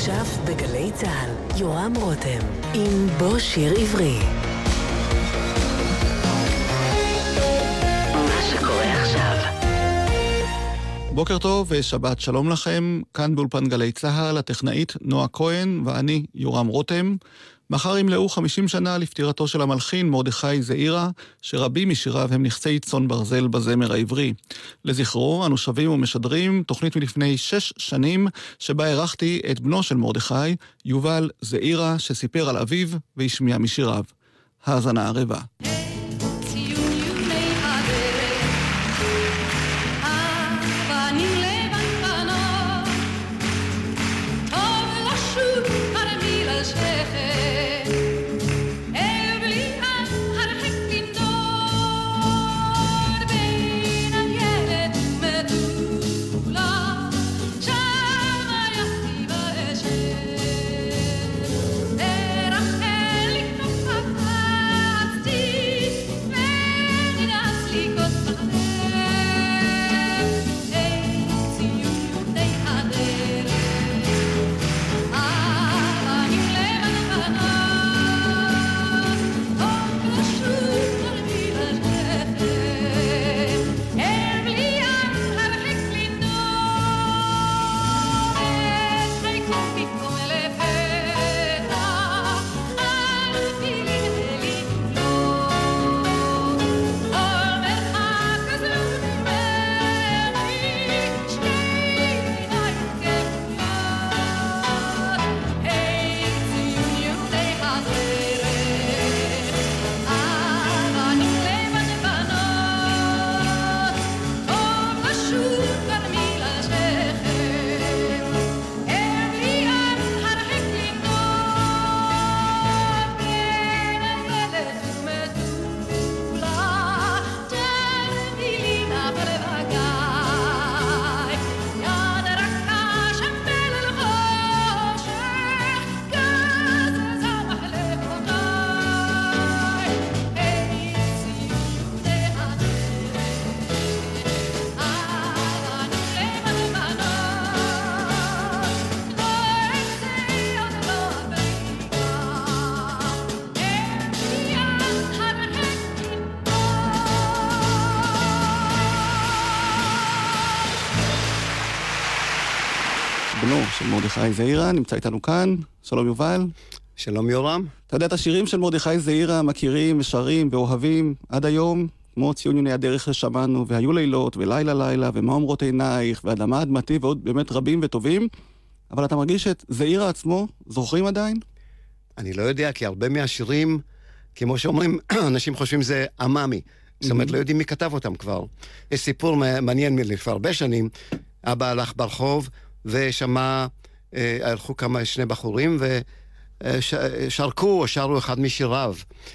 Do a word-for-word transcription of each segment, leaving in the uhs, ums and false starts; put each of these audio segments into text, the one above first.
עכשיו בגלי צהל, יורם רותם, עם בוא שיר עברי. מה שקורה עכשיו. בוקר טוב ושבת שלום לכם, כאן באולפן גלי צהל, הטכנאית נועה כהן ואני יורם רותם. מחר ימלאו חמישים שנה לפטירתו של המלחין מרדכי זעירא, שרבים משיריו הם נכסי צאן ברזל בזמר העברי. לזכרו, אנו שבים ומשדרים תוכנית מלפני שש שנים, שבה ערכתי את בנו של מרדכי, יובל זעירא, שסיפר על אביו והשמיע משיריו. האזנה ערבה. של מרדכי זעירא, נמצא איתנו כאן. שלום יובל. שלום יורם. אתה יודע, את השירים של מרדכי זעירא מכירים ושרים ואוהבים עד היום, כמו ציון יוני הדרך ששמענו, והיו לילות ולילה לילה, ומה אומרות עינייך, ואדמה אדמתי, ועוד באמת רבים וטובים, אבל אתה מרגיש את זעירא עצמו זוכרים עדיין? אני לא יודע, כי הרבה מהשירים, כמו שאומרים, אנשים חושבים זה עממי. זאת אומרת, לא יודעים מי כתב אותם כבר. יש סיפור מעניין מלפני הרבה שנים, אבא הלך ברחוב, ושמע, הלכו כמה שני בחורים, ושרקו או שרו אחד משיריו.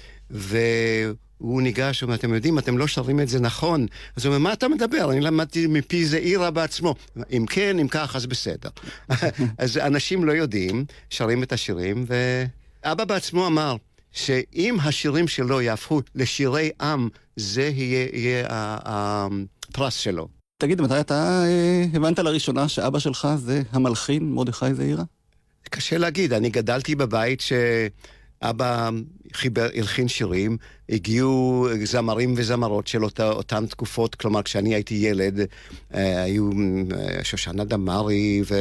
והוא ניגש, ואתם יודעים, אתם לא שרים את זה נכון. אז הוא אומר, מה אתה מדבר? אני למדתי מפי זעירא בעצמו. אם כן, אם כך, אז בסדר. אז אנשים לא יודעים, שרים את השירים, ואבא בעצמו אמר, שאם השירים שלו יהפכו לשירי עם, זה יהיה, יהיה הפרס שלו. תגיד, מתי אתה אה, הבנת לראשונה שאבא שלך זה המלחין מרדכי זעירא? קשה להגיד, אני גדלתי בבית שאבא חיבר, הלחין שירים, הגיעו זמרים וזמרות של אותה, אותן תקופות, כלומר כשאני הייתי ילד, אה, היו אה, שושנה דמארי ו...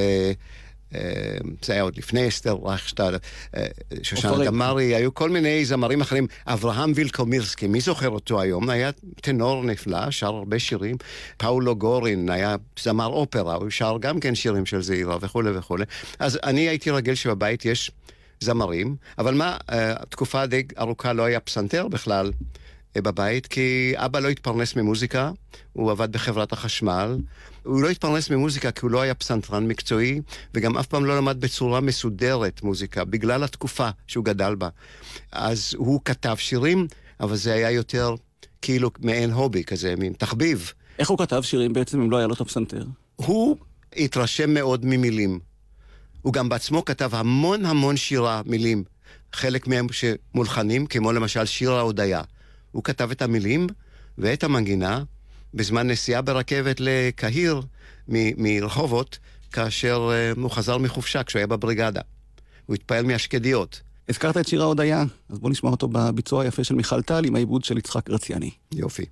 זה היה עוד לפני אסתר רייכשטד, שושנה דמארי, היו כל מיני זמרים אחרים, אברהם וילקומירסקי, מי זוכר אותו היום? היה טנור נפלא, שר הרבה שירים, פאולו גורין, היה זמר אופרה, הוא שר גם כן שירים של זעירא וכו' וכו'. אז אני הייתי רגיל שבבית יש זמרים, אבל מה, תקופה די ארוכה לא היה פסנתר בכלל בבית, כי אבא לא התפרנס ממוזיקה, הוא עבד בחברת החשמל, הוא לא התפרנס ממוזיקה כי הוא לא היה פסנתרן מקצועי, וגם אף פעם לא למד בצורה מסודרת מוזיקה, בגלל התקופה שהוא גדל בה. אז הוא כתב שירים, אבל זה היה יותר כאילו מעין הובי כזה, מין תחביב. איך הוא כתב שירים בעצם אם לא היה לו את הפסנתר? הוא התרשם מאוד ממילים. הוא גם בעצמו כתב המון המון שירה מילים, חלק מהם שמולחנים, כמו למשל שיר ההודיה. הוא כתב את המילים ואת המנגינה, בזמן נסיעה ברכבת לקהיר מרחובות, כאשר uh, הוא חזר מחופשה כשהוא היה בבריגדה. הוא התפעל מהשקדיות. הזכרת את שיר ההודיה, אז בוא נשמע אותו בביצוע היפה של מיכל טל עם העיבוד של יצחק רציאני. יופי.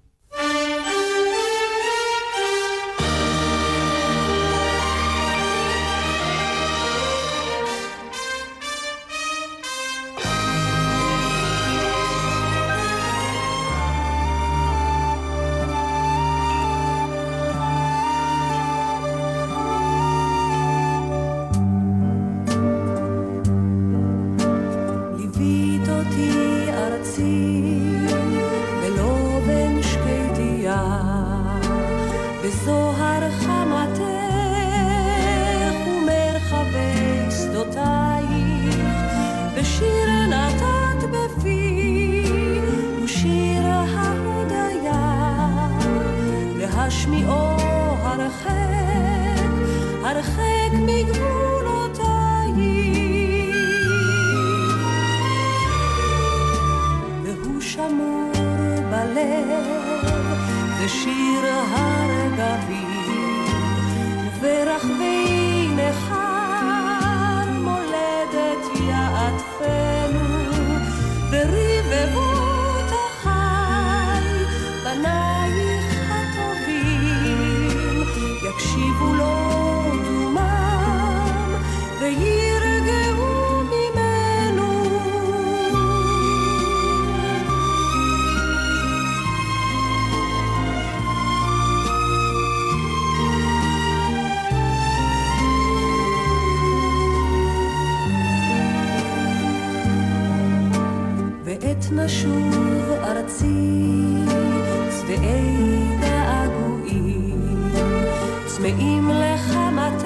נשוב ארצי צבעי געגועים צמאים לחמתך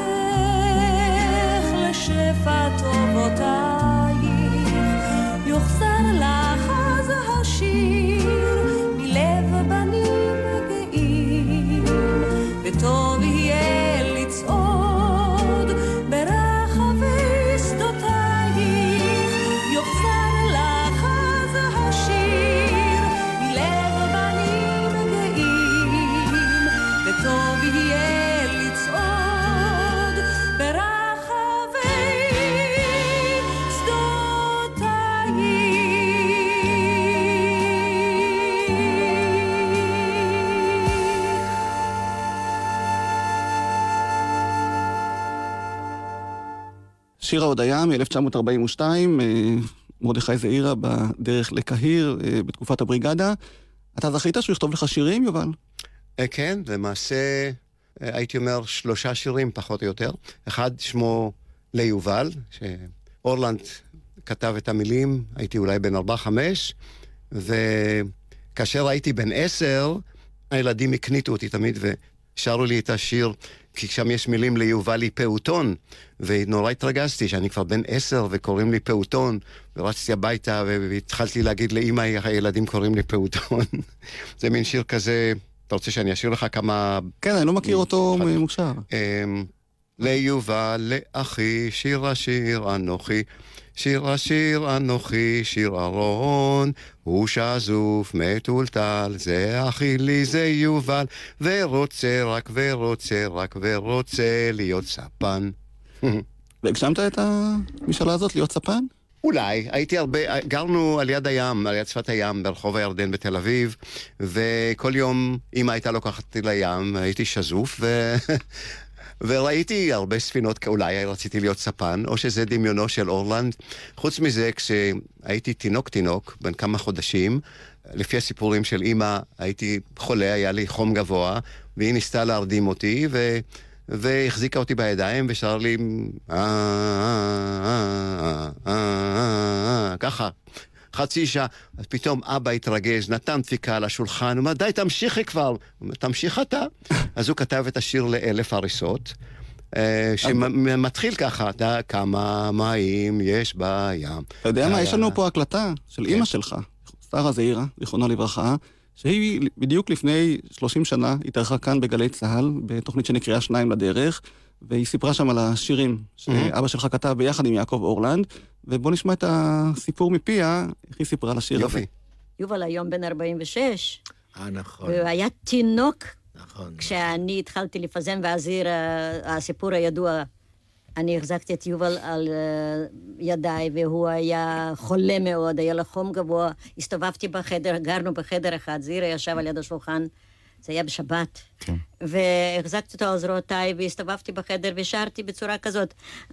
לשפע טובותייך יוחזר לך אז השיר מלב בנים גאים וטוב יהיה לצעוד ברחבי שדותייך יוחזר לך אז השיר מלב בנים גאים וטוב יהיה לצעוד ברחבי שיר ההודיה מ-אלף תשע מאות ארבעים ושתיים, מרדכי זעירא בדרך לקהיר בתקופת הבריגדה. אתה זכית שהוא יכתוב לך שירים, יובל? כן, למעשה הייתי אומר שלושה שירים פחות או יותר. אחד שמו ליובל, שאורלנד כתב את המילים, הייתי אולי בן ארבע חמש, וכאשר הייתי בן עשר, הילדים הקניתו אותי תמיד ושרו לי את השיר, כי שם יש מילים ליובלי פעוטון, ונורא התרגזתי שאני כבר בן עשר וקוראים לי פעוטון, ורצתי הביתה והתחלתי להגיד לאמא, הילדים קוראים לי פעוטון. זה מין שיר כזה, אתה רוצה שאני אשאיר לך כמה... כן, אני לא מכיר אותו מושר. ליובל, לאחי, שיר השיר אנוכי, שיר השיר אנוכי, שיר ארון, הוא שזוף מטולטל, זה אחי לי, זה יובל, ורוצה רק ורוצה רק ורוצה להיות ספן. והגשמת את המשאלה הזאת להיות ספן? אולי, הייתי הרבה, גרנו על יד הים, על יד שפת הים, ברחוב הירדן בתל אביב, וכל יום אמא הייתה לוקחת אותי לים, הייתי שזוף, ו... וראיתי הרבה ספינות, אולי רציתי להיות ספן, או שזה דמיונו של אורלנד. חוץ מזה, כשהייתי תינוק תינוק, בין כמה חודשים, לפי הסיפורים של אמא, הייתי חולה, היה לי חום גבוה, והיא ניסתה להרדים אותי, ו... והחזיקה אותי בידיים ושר לי ככה חצי שעה. אז פתאום אבא התרגז, נתן דפיקה על השולחן, הוא אומר, די, תמשיכי כבר. הוא אומר, תמשיך אתה. אז הוא כתב את השיר לאלף הריסות, שמתחיל ככה, כמה מים יש בים. אתה יודע מה, יש לנו פה הקלטה של אמא שלך, שרה זעירא, זיכרונה לברכה, שהיא בדיוק לפני שלושים שנה התארחה כאן בגלי צהל, בתוכנית שנקראה שניים לדרך, והיא סיפרה שם על השירים שאבא שלך כתב ביחד עם יעקב אורלנד, ובוא נשמע את הסיפור מפיה, איך היא סיפרה על השיר הזה. יובל היום בן ארבעים ושש. אה, נכון. הוא היה תינוק, נכון. כשאני התחלתי לפזם והזיר, הסיפור הידוע אני החזקתי את יובל על uh, ידיי, והוא היה חולה מאוד, היה לו חום גבוה. הסתובבתי בחדר, גרנו בחדר אחד, זירה ישב על יד השולחן, זה היה בשבת. כן. והחזקתי אותו על זרועותיי, והסתובבתי בחדר ושרתי בצורה כזאת.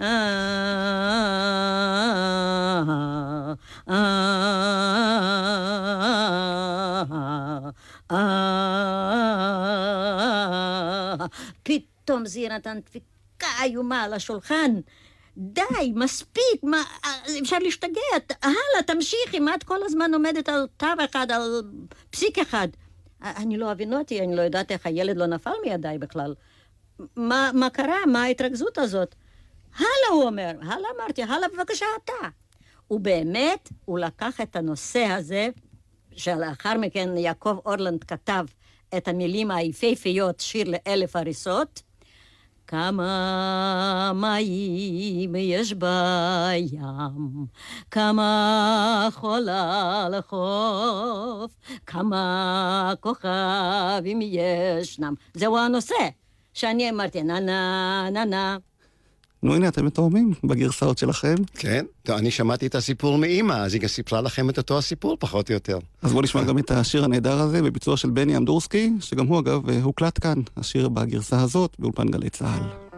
פתאום זירה נתן דפיקה איומה על השולחן. די, מספיק, מה, אפשר להשתגע, הלאה, תמשיכי, מה את כל הזמן עומדת על תו אחד, על פסיק אחד? אני לא הבינותי, אני לא יודעת איך הילד לא נפל מידיי בכלל. מה, מה קרה? מה ההתרכזות הזאת? הלאה, הוא אומר, הלאה אמרתי, הלאה בבקשה אתה. ובאמת, הוא לקח את הנושא הזה, שלאחר מכן יעקב אורלנד כתב את המילים היפהפיות, שיר לאלף הריסות, כמה מים יש בים, כמה חולה לחוף, כמה כוכבים ישנם. זהו הנושא שאני אמרתי, נה נה נה נה. נו הנה, אתם מתואמים בגרסאות שלכם. כן, אני שמעתי את הסיפור מאמא, אז היא גם סיפרה לכם את אותו הסיפור, פחות או יותר. אז בואו נשמע גם את השיר הנהדר הזה, בביצוע של בני אמדורסקי, שגם הוא אגב הוקלט כאן, השיר בגרסה הזאת, באולפן גלי צהל.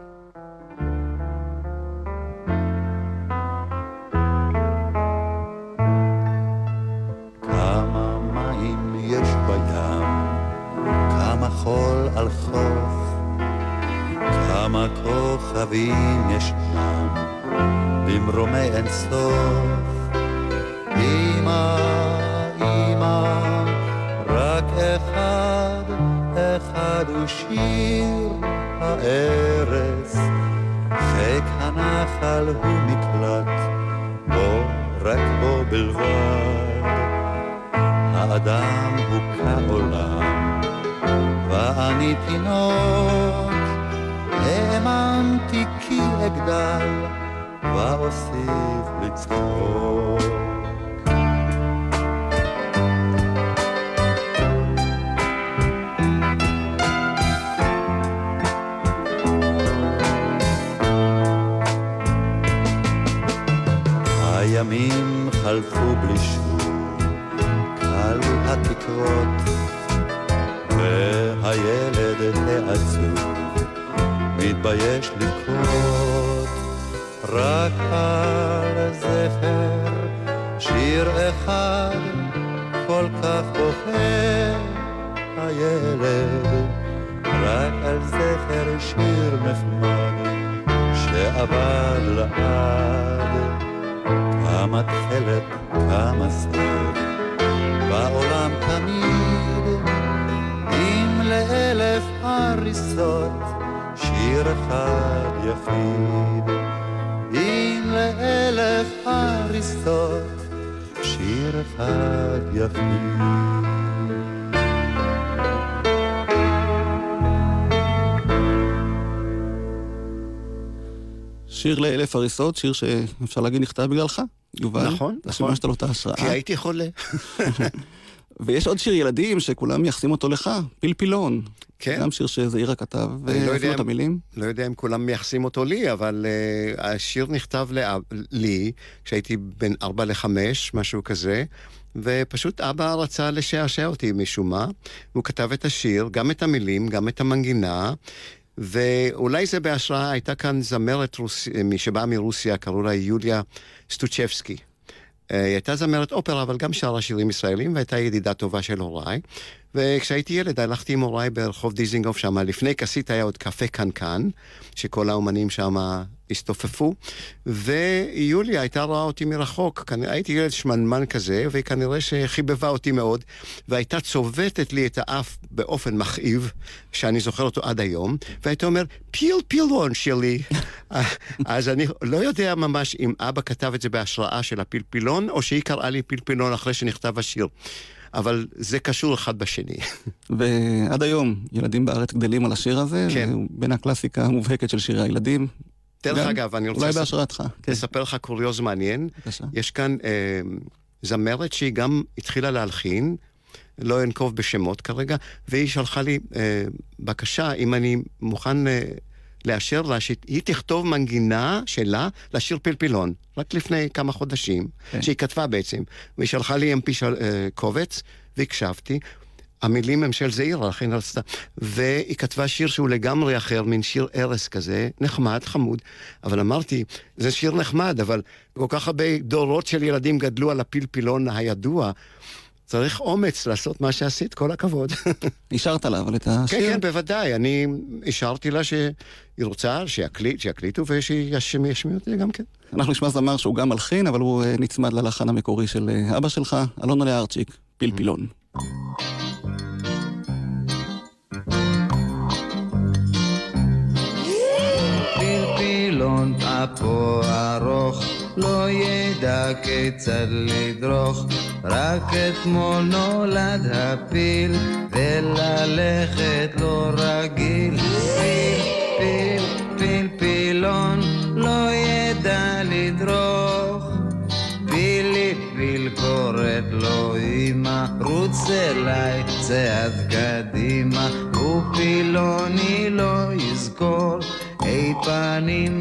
כמה מים יש בים, כמה חול על חוף, כמה כוכבים ישנם במרומי אין סוף. אמא, אמא, רק אחד, אחד הוא שיר הארץ, חיק הנחל הוא מקלט, בו, רק בו בלבד. האדם הוא כעולם, ואני תינוק, האמנתי כי אגדל, ואוסיף לצחוק. הימים חלפו בלי שוב, קלו התקרות, והילד העצוב מתבייש לקרות. רק על זכר שיר אחד כל כך בוכה הילד, רק על זכר שיר נחמד שעבד לעד. כמה תחלת, כמה סוד בעולם תמיד, אם לאלף הריסות שיר אחד יחיד. אם לאלף הריסות שיר אחד יחיד. שיר לאלף הריסות, שיר שאפשר להגיד נכתב בגללך, יובל. נכון, נכון. שימשת לו את ההשראה. כי הייתי חולה. ויש עוד שיר ילדים שכולם מייחסים אותו לך, פלפילון. כן. גם שיר שזעירה כתב, ואפילו את המילים. לא יודע אם כולם מייחסים אותו לי, אבל uh, השיר נכתב לי, כשהייתי בין ארבע לחמש, משהו כזה, ופשוט אבא רצה לשעשע אותי משום מה. הוא כתב את השיר, גם את המילים, גם את המנגינה, ואולי זה בהשראה, הייתה כאן זמרת רוס... שבאה מרוסיה, קראו לה יוליה סטוצ'בסקי. היא הייתה זמרת אופרה, אבל גם שרה שירים ישראלים, והייתה ידידה טובה של הוריי. וכשהייתי ילד, הלכתי עם הוריי ברחוב דיזינגוף שם, לפני כסית היה עוד קפה קנקן, שכל האומנים שם הסתופפו, ויוליה הייתה רואה אותי מרחוק, הייתי ילד שמנמן כזה, והיא כנראה שחיבבה אותי מאוד, והייתה צובטת לי את האף באופן מכאיב, שאני זוכר אותו עד היום, והייתה אומר, פיל פילון שלי. אז אני לא יודע ממש אם אבא כתב את זה בהשראה של הפלפילון, או שהיא קראה לי פלפילון אחרי שנכתב השיר. אבל זה קשור אחד בשני. ועד היום ילדים בארץ גדלים על השיר הזה, כן. בין הקלאסיקה המובהקת של שירי הילדים. דרך אגב, אני רוצה אולי בהשראתך. לספר לך קוריוז מעניין. בבקשה. יש כאן אה, זמרת שהיא גם התחילה להלחין, לא אנקוב בשמות כרגע, והיא שלחה לי אה, בקשה אם אני מוכן אה, לאשר לה שהיא תכתוב מנגינה שלה לשיר פלפילון, רק לפני כמה חודשים, okay. שהיא כתבה בעצם, והיא שלחה לי אמפי של, uh, קובץ, והקשבתי, המילים הם של זעירה, לכן רצתה, והיא כתבה שיר שהוא לגמרי אחר, מין שיר ארס כזה, נחמד, חמוד, אבל אמרתי, זה שיר נחמד, אבל כל כך הרבה דורות של ילדים גדלו על הפלפילון הידוע, צריך אומץ לעשות מה שעשית, כל הכבוד. השארת לה, אבל את השיר? כן, כן, בוודאי. אני השארתי לה שהיא רוצה שיקליט, שיקליטו ושישמיעו אותי גם כן. אנחנו נשמע זמר שהוא גם מלחין, אבל הוא נצמד ללחן המקורי של אבא שלך, אלונה ליארצ'יק, פלפילון. פלפילון אפו ארוך לא ידע כיצד לדרוך, רק אתמול נולד הפיל וללכת לא רגיל. פיל, פיל, פיל, פילון לא ידע לדרוך, פילי פיל קוראת לו אמא, רוץ אליי צעד קדימה, ופילוני לא יזכור אי פנים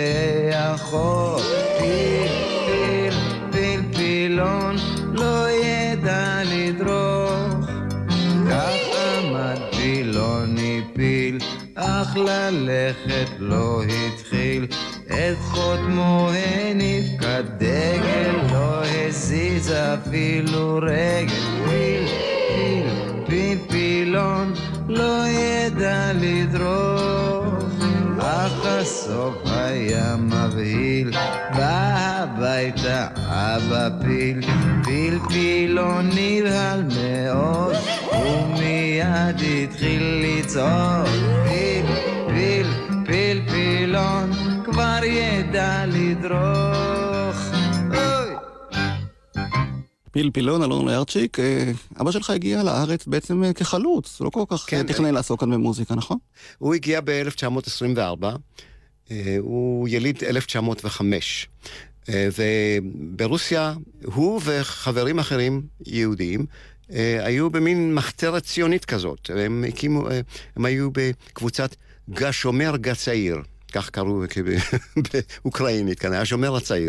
ואחור. פיל, פיל, פיל, פילון לא ידע לדרוך, כך עמד פילוני פיל, אך ללכת לא התחיל, את חותמו הניף כדגל, לא הזיז אפילו רגל. פיל, פיל, פיל, פילון לא ידע לדרוך, אך הסוף היה מבהיל, בא הביתה אבא פיל, פיל פילון נבהל מאוד, ומיד התחיל לצעוד. פיל, פיל, פיל, פילון כבר ידע לדרוך. אוי! פלפילון, אלונה ליארצ'יק, אבא שלך הגיע לארץ בעצם כחלוץ, לא כל כך כן, תכנן לעסוק כאן במוזיקה, נכון? הוא הגיע ב-אלף תשע מאות עשרים וארבע, הוא יליד אלף תשע מאות וחמש, וברוסיה הוא וחברים אחרים יהודים היו במין מחתרת ציונית כזאת. הם הקימו, הם היו בקבוצת השומר הצעיר, כך קראו באוקראינית, כאן, השומר הצעיר,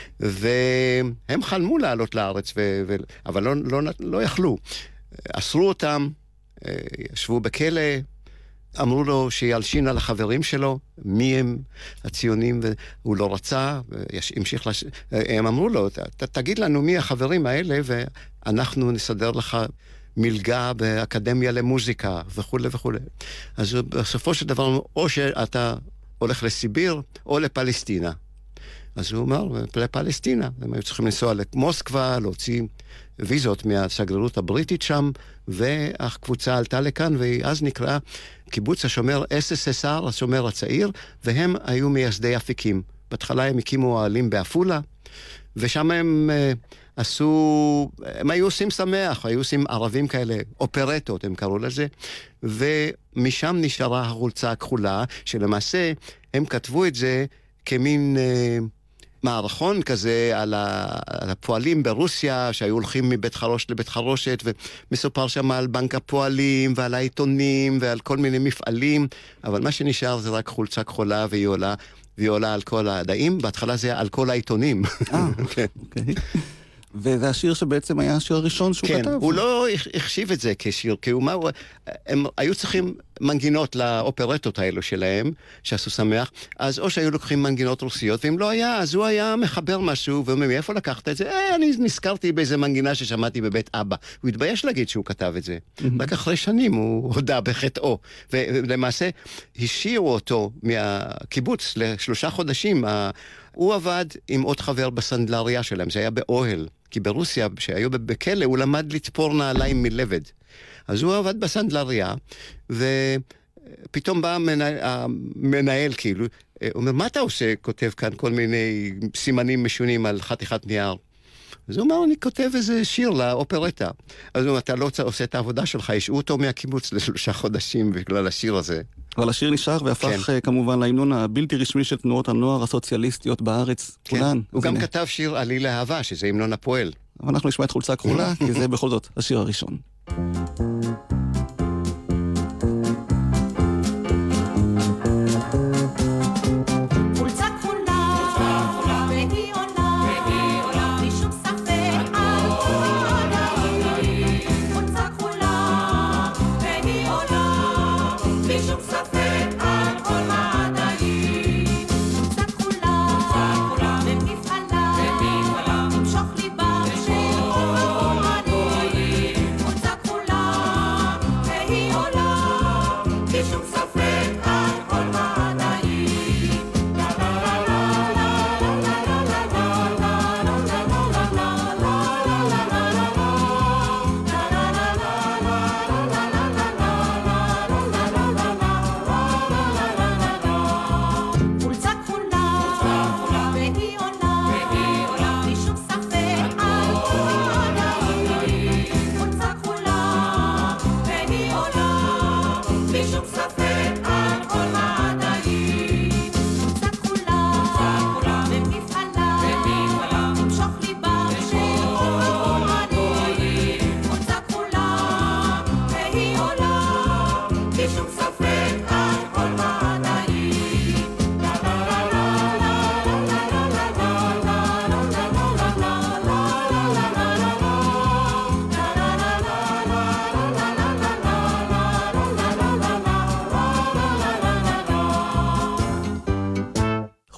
והם חלמו לעלות לארץ, ו... ו... אבל לא, לא, לא יכלו. אסרו אותם, ישבו בכלא, אמרו לו שילשין על החברים שלו, מי הם הציונים, והוא לא רצה, המשיך לש... הם אמרו לו, ת, תגיד לנו מי החברים האלה, ואנחנו נסדר לך מלגה באקדמיה למוזיקה, וכו' וכו'. אז בסופו של דבר, או שאתה הולך לסיביר, או לפלסטינה. אז הוא אומר, לפלסטינה. הם היו צריכים לנסוע למוסקבה, להוציא ויזות מהשגרירות הבריטית שם, והקבוצה עלתה לכאן, ואז נקרא קיבוץ השומר אס אס אס אר, השומר הצעיר, והם היו מייסדי אפיקים. בהתחלה הם הקימו אוהלים באפולה, ושם הם uh, עשו, הם היו עושים שמח, היו עושים ערבים כאלה, אופרטות הם קראו לזה, ומשם נשארה החולצה הכחולה, שלמעשה הם כתבו את זה כמין uh, מערכון כזה על, ה, על הפועלים ברוסיה, שהיו הולכים מבית חרושת לבית חרושת, ומסופר שם על בנק הפועלים, ועל העיתונים, ועל כל מיני מפעלים, אבל מה שנשאר זה רק חולצה כחולה, והיא עולה, והיא עולה על כל הדעים, בהתחלה זה על כל העיתונים. אה, אוקיי. וזה השיר שבעצם היה השיר הראשון שהוא כן, כתב. כן, הוא לא החשיב את זה כשיר, כי הוא מה, הם היו צריכים מנגינות לאופרטות האלו שלהם, שעשו שמח, אז או שהיו לוקחים מנגינות רוסיות, ואם לא היה, אז הוא היה מחבר משהו, ואומר, מאיפה לקחת את זה? אה, אני נזכרתי באיזה מנגינה ששמעתי בבית אבא. הוא התבייש להגיד שהוא כתב את זה. רק אחרי שנים הוא הודע בחטאו, ולמעשה השאירו אותו מהקיבוץ לשלושה חודשים. הוא עבד עם עוד חבר בסנדלריה שלהם, זה היה באוהל. כי ברוסיה, שהיו בכלא, הוא למד לצפור נעליים מלבד. אז הוא עבד בסנדלריה, ופתאום בא המנהל, המנהל כאילו, הוא אומר, מה אתה עושה? כותב כאן כל מיני סימנים משונים על חתיכת נייר. אז הוא אומר, אני כותב איזה שיר לאופרטה. אז הוא אומר, אתה לא עושה את העבודה שלך, ישעו אותו מהקיבוץ לשלושה חודשים בגלל השיר הזה. אבל השיר נשאר והפך כן. כמובן להמנון הבלתי רשמי של תנועות הנוער הסוציאליסטיות בארץ. כן. כולן. הוא גם הנה. כתב שיר עלי לאהבה, שזה המנון הפועל. אבל אנחנו נשמע את חולצה כחולה, כי זה בכל זאת השיר הראשון.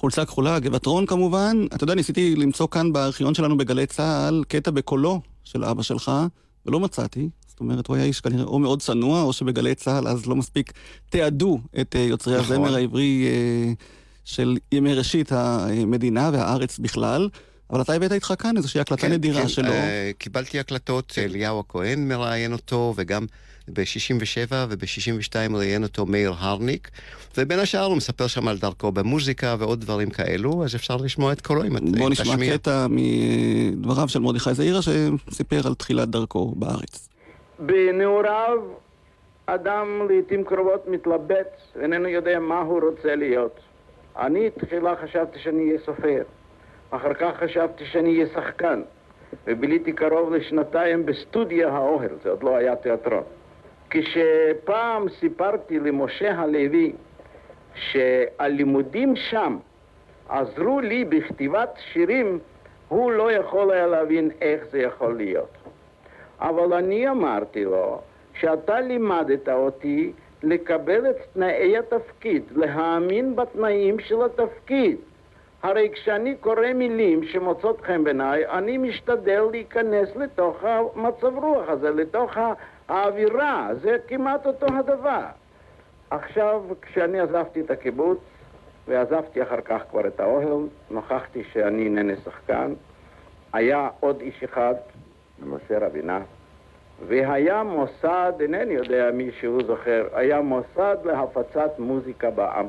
חולצה כחולה, גבעתרון כמובן. אתה יודע, ניסיתי למצוא כאן בארכיון שלנו בגלי צהל קטע בקולו של אבא שלך, ולא מצאתי. זאת אומרת, הוא היה איש כנראה או מאוד צנוע, או שבגלי צהל אז לא מספיק תיעדו את יוצרי נכון. הזמר העברי של ימי ראשית המדינה והארץ בכלל. אבל אתה הבאת איתך כאן איזושהי הקלטה כן, נדירה כן, שלו. Uh, קיבלתי הקלטות, אליהו הכהן מראיין אותו, וגם ב-שישים ושבע וב-שישים ושתיים ראיין אותו מאיר הרניק, ובין השאר הוא מספר שם על דרכו במוזיקה ועוד דברים כאלו, אז אפשר לשמוע את קולו אם את תשמיע. בוא נשמע קטע מדבריו של מרדכי זעירא, שסיפר על תחילת דרכו בארץ. בנעוריו אדם לעתים קרובות מתלבט, איננו יודע מה הוא רוצה להיות. אני תחילה חשבתי שאני אהיה סופר. אחר כך חשבתי שאני אהיה שחקן, וביליתי קרוב לשנתיים בסטודיה האוהל, זה עוד לא היה תיאטרון. כשפעם סיפרתי למשה הלוי שהלימודים שם עזרו לי בכתיבת שירים, הוא לא יכול היה להבין איך זה יכול להיות. אבל אני אמרתי לו שאתה לימדת אותי לקבל את תנאי התפקיד, להאמין בתנאים של התפקיד. הרי כשאני קורא מילים שמוצאות חן בעיניי, אני משתדל להיכנס לתוך המצב רוח הזה, לתוך האווירה, זה כמעט אותו הדבר. עכשיו, כשאני עזבתי את הקיבוץ, ועזבתי אחר כך כבר את האוהל, נוכחתי שאני אינני שחקן, היה עוד איש אחד, משה רבינה, והיה מוסד, אינני יודע מי שהוא זוכר, היה מוסד להפצת מוזיקה בעם.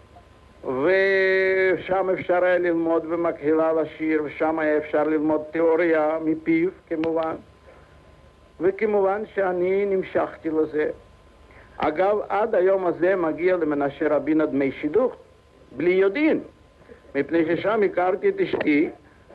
ושם אפשר היה ללמוד במקהלה לשיר, ושם היה אפשר ללמוד תיאוריה מפיו כמובן, וכמובן שאני נמשכתי לזה. אגב, עד היום הזה מגיע למנשה רבינה דמי שידוך בלי יודעין, מפני ששם הכרתי את אשתי,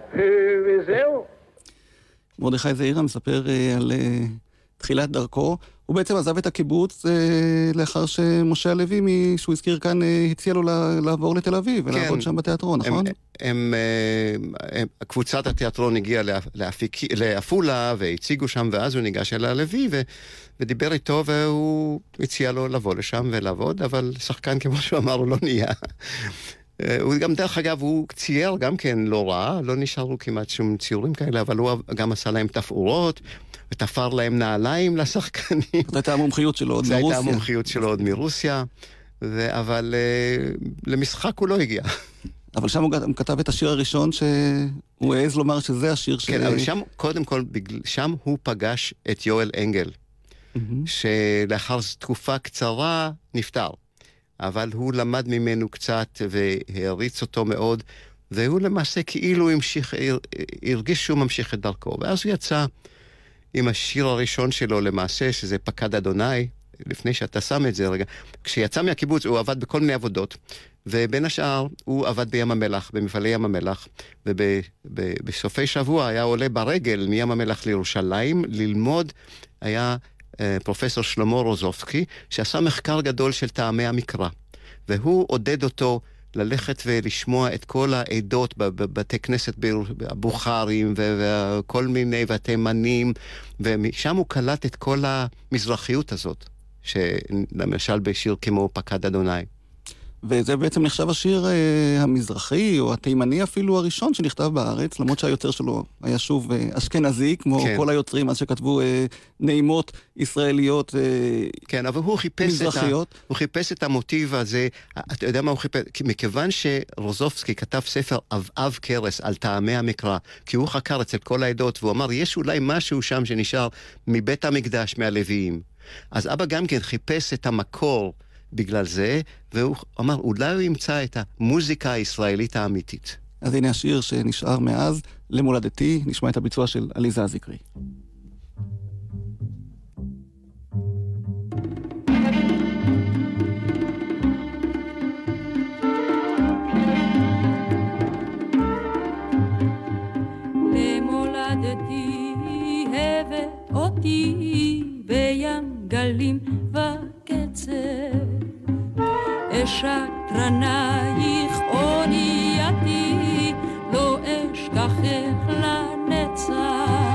וזהו. מרדכי זעירא מספר על תחילת דרכו. הוא בעצם עזב את הקיבוץ אה, לאחר שמשה הלוי, מי שהוא הזכיר כאן, אה, הציע לו לעבור לתל אביב ולעבוד כן. שם בתיאטרון, נכון? הם, הם, הם, קבוצת התיאטרון הגיעה לעפולה והציגו שם, ואז הוא ניגש אל הלוי ו, ודיבר איתו, והוא הציע לו לבוא לשם ולעבוד, אבל שחקן כמו שהוא אמר הוא לא נהיה. הוא גם דרך אגב, הוא צייר גם כן לא רע, לא נשארו כמעט שום ציורים כאלה, אבל הוא גם עשה להם תפאורות, ותפר להם נעליים לשחקנים. זאת הייתה המומחיות שלו עוד מרוסיה. זאת הייתה המומחיות שלו עוד מרוסיה, ו... אבל uh, למשחק הוא לא הגיע. אבל שם הוא גם כתב את השיר הראשון, שהוא העז לומר שזה השיר ש... כן, אבל שם, קודם כל, שם הוא פגש את יואל אנגל, mm-hmm. שלאחר תקופה קצרה נפטר. אבל הוא למד ממנו קצת והריץ אותו מאוד, והוא למעשה כאילו המשיך, הרגיש שהוא ממשיך את דרכו. ואז הוא יצא עם השיר הראשון שלו למעשה, שזה פקד אדוני, לפני שאתה שם את זה רגע. כשיצא מהקיבוץ הוא עבד בכל מיני עבודות, ובין השאר הוא עבד בים המלח, במפעלי ים המלח, ובסופי שבוע היה עולה ברגל מים המלח לירושלים, ללמוד, היה פרופסור שלמה רוזובסקי, שעשה מחקר גדול של טעמי המקרא, והוא עודד אותו ללכת ולשמוע את כל העדות בבתי כנסת בבוכרים וכל מיני והתימנים, ומשם הוא קלט את כל המזרחיות הזאת, שלמשל בשיר כמו פקד אדוני. וזה בעצם נחשב השיר אה, המזרחי, או התימני אפילו הראשון שנכתב בארץ, למרות שהיוצר שלו היה שוב אה, אשכנזי, כמו כן. כל היוצרים אז שכתבו אה, נעימות ישראליות אה, כן, אבל הוא חיפש מזרחיות. את ה, הוא חיפש את המוטיב הזה, אתה יודע מה הוא חיפש? מכיוון שרוזובסקי כתב ספר אב אב קרס על טעמי המקרא, כי הוא חקר אצל כל העדות, והוא אמר, יש אולי משהו שם שנשאר מבית המקדש, מהלוויים. אז אבא גם כן חיפש את המקור, בגלל זה, והוא אמר, אולי הוא ימצא את המוזיקה הישראלית האמיתית. אז הנה השיר שנשאר מאז, למולדתי, נשמע את הביצוע של עליזה הזיקרי. למולדתי הבא אותי בים גלים וקצב, אשתרנייך אונייתי, לא אשכחך לנצח.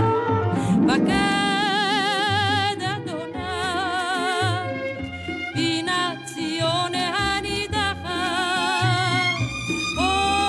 פקד אדוני פינת ציון הנידחה,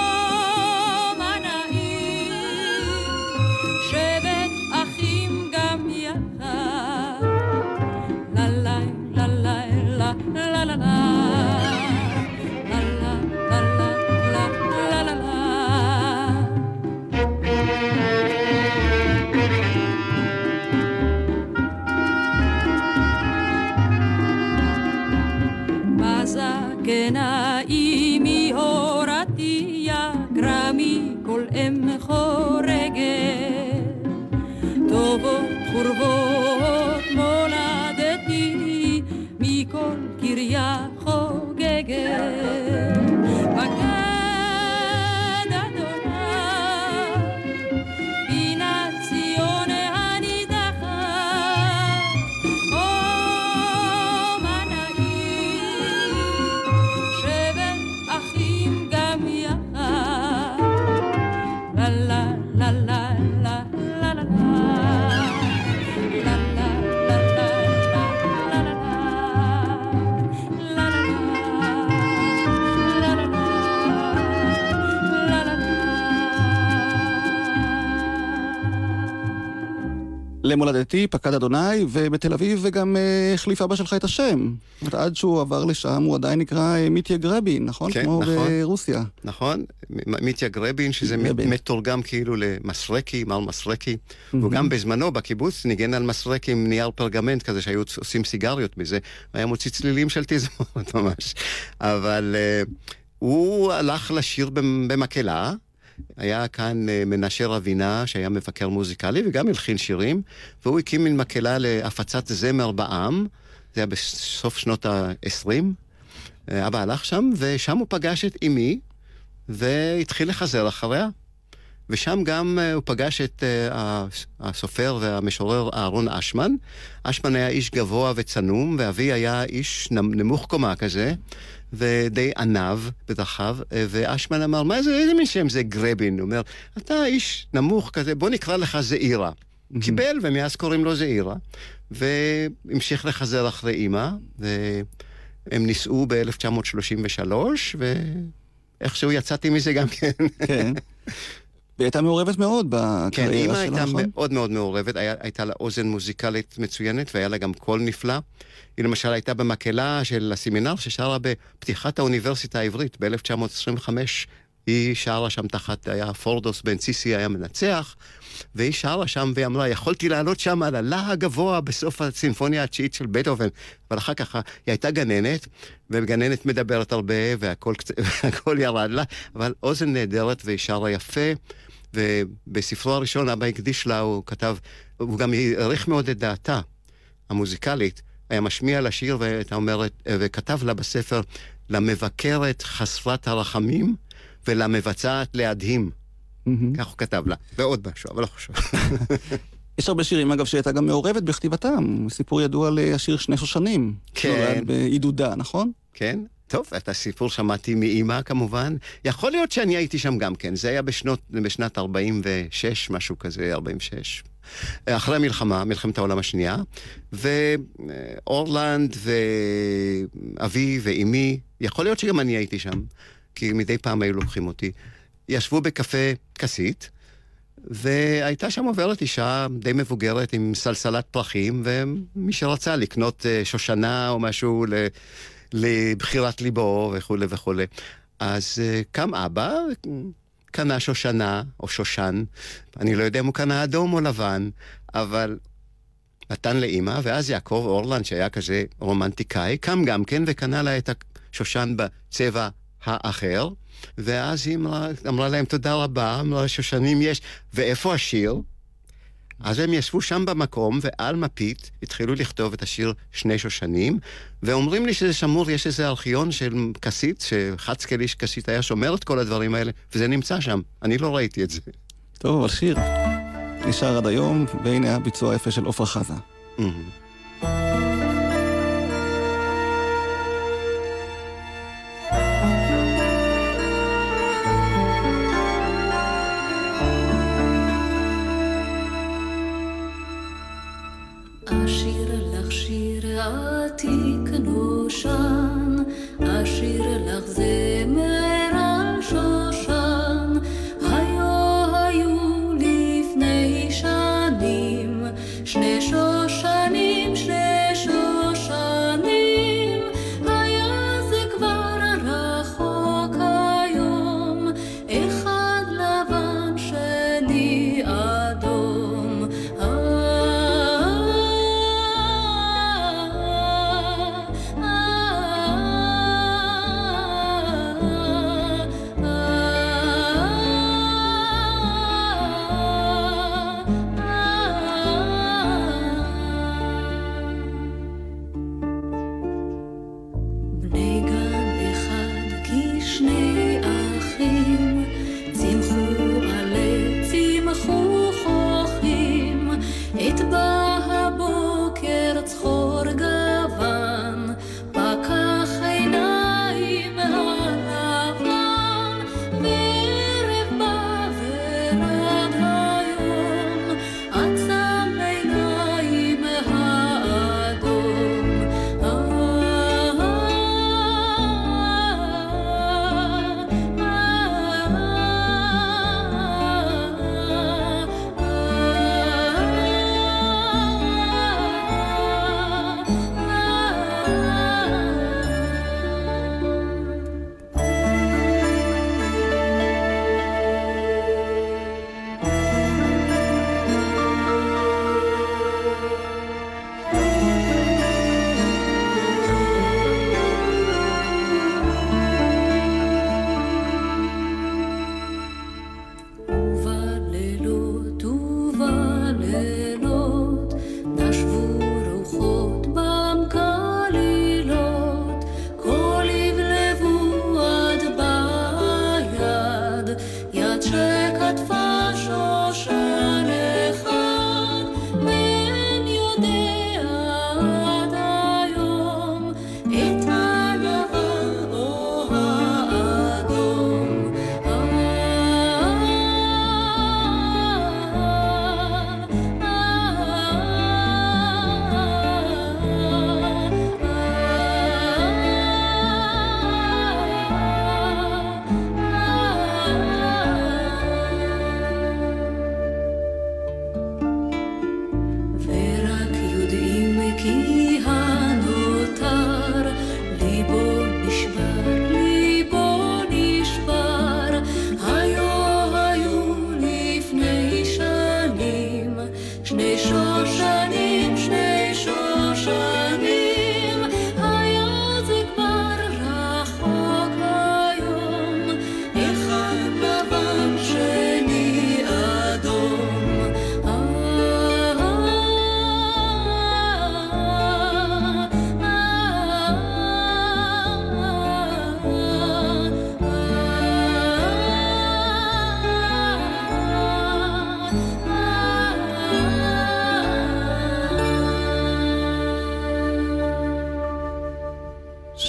למולדתי, פקד אדוני, ובתל אביב וגם אה, החליף אבא שלך את השם. זאת אומרת, עד שהוא עבר לשם, הוא עדיין נקרא אה, מיטיה גרבין, נכון? כן, כמו נכון. ברוסיה. נכון, מ- מיטיה גרבין, שזה גרבין. מתורגם כאילו למסרקי, מר מסרקי. הוא גם בזמנו בקיבוץ ניגן על מסרקי עם נייר פרגמנט כזה שהיו עושים סיגריות מזה. היה מוציא צלילים של תזמורת ממש. אבל uh, הוא הלך לשיר במקהלה. היה כאן מנשה רבינה, שהיה מבקר מוזיקלי, וגם הלחין שירים, והוא הקים מין מקהלה להפצת זמר בעם, זה היה בסוף שנות ה-עשרים. אבא הלך שם, ושם הוא פגש את אמי, והתחיל לחזר אחריה. ושם גם הוא פגש את הסופר והמשורר אהרון אשמן. אשמן היה איש גבוה וצנום, ואבי היה איש נמוך קומה כזה, ודי ענב בדרכיו, ואשמן אמר, מה זה, איזה מין שם זה גרבין? הוא אומר, אתה איש נמוך כזה, בוא נקרא לך זעירה. קיבל, ומאז קוראים לו זעירה, והמשיך לחזר אחרי אמא, והם נישאו ב-אלף תשע מאות שלושים ושלוש, ואיכשהו יצאתי מזה גם כן. כן. והיא הייתה מעורבת מאוד בקריירה שלה, כן, אמא הייתה נכון? מאוד מאוד מעורבת, היה, הייתה לה אוזן מוזיקלית מצוינת, והיה לה גם קול נפלא. היא למשל הייתה במקהלה של הסמינר ששרה בפתיחת האוניברסיטה העברית ב-אלף תשע מאות עשרים וחמש, היא שרה שם תחת, היה פורדוס בן ציסי היה מנצח, והיא שרה שם והיא אמרה, יכולתי לעלות שם על הלה הגבוה בסוף הסימפוניה התשיעית של בטהובן, אבל אחר כך היא הייתה גננת, וגננת מדברת הרבה, והכל, והכל ירד לה, אבל אוזן נהדרת והיא שרה יפה, ובספרו הראשון אבא הקדיש לה, הוא כתב, הוא גם העריך מאוד את דעתה המוזיקלית, היה משמיע לשיר ואתה אומרת, וכתב לה בספר, למבקרת חסרת הרחמים ולמבצעת להדהים. כך הוא כתב לה. ועוד משהו, אבל לא חשוב. יש הרבה שירים, אגב, שהייתה גם מעורבת בכתיבתם. סיפור ידוע על השיר שני שושנים. כן. נולד בעידודה, נכון? כן. טוב, את הסיפור שמעתי מאמא כמובן. יכול להיות שאני הייתי שם גם כן. זה היה בשנות, בשנת ארבעים ושש, משהו כזה, ארבעים ושש. אחרי המלחמה, מלחמת העולם השנייה, ואורלנד ואבי ואימי, יכול להיות שגם אני הייתי שם, כי מדי פעם היו לוקחים אותי. ישבו בקפה כסית, והייתה שם עוברת אישה די מבוגרת עם סלסלת פרחים, ומי שרצה לקנות שושנה או משהו לבחירת ליבו וכו' וכו'. אז קם אבא, קנה שושנה או שושן, אני לא יודע אם הוא קנה אדום או לבן, אבל נתן לאמא, ואז יעקב אורלנד שהיה כזה רומנטיקאי, קם גם כן וקנה לה את השושן בצבע האחר, ואז היא אמרה, אמרה להם תודה רבה, אמרה שושנים יש, ואיפה השיר? אז הם ישבו שם במקום, ועל מפית התחילו לכתוב את השיר שני שושנים, ואומרים לי שזה שמור, יש איזה ארכיון של כסית, שחצקל איש כסית היה שומר את כל הדברים האלה, וזה נמצא שם. אני לא ראיתי את זה. טוב, אבל שיר נשאר עד היום, והנה הביצוע היפה של עופרה חזה. אשיר לך שיר עתיק נושן, אשיר לך זמר על שושן, היו היו לפני שנים, שני שושנים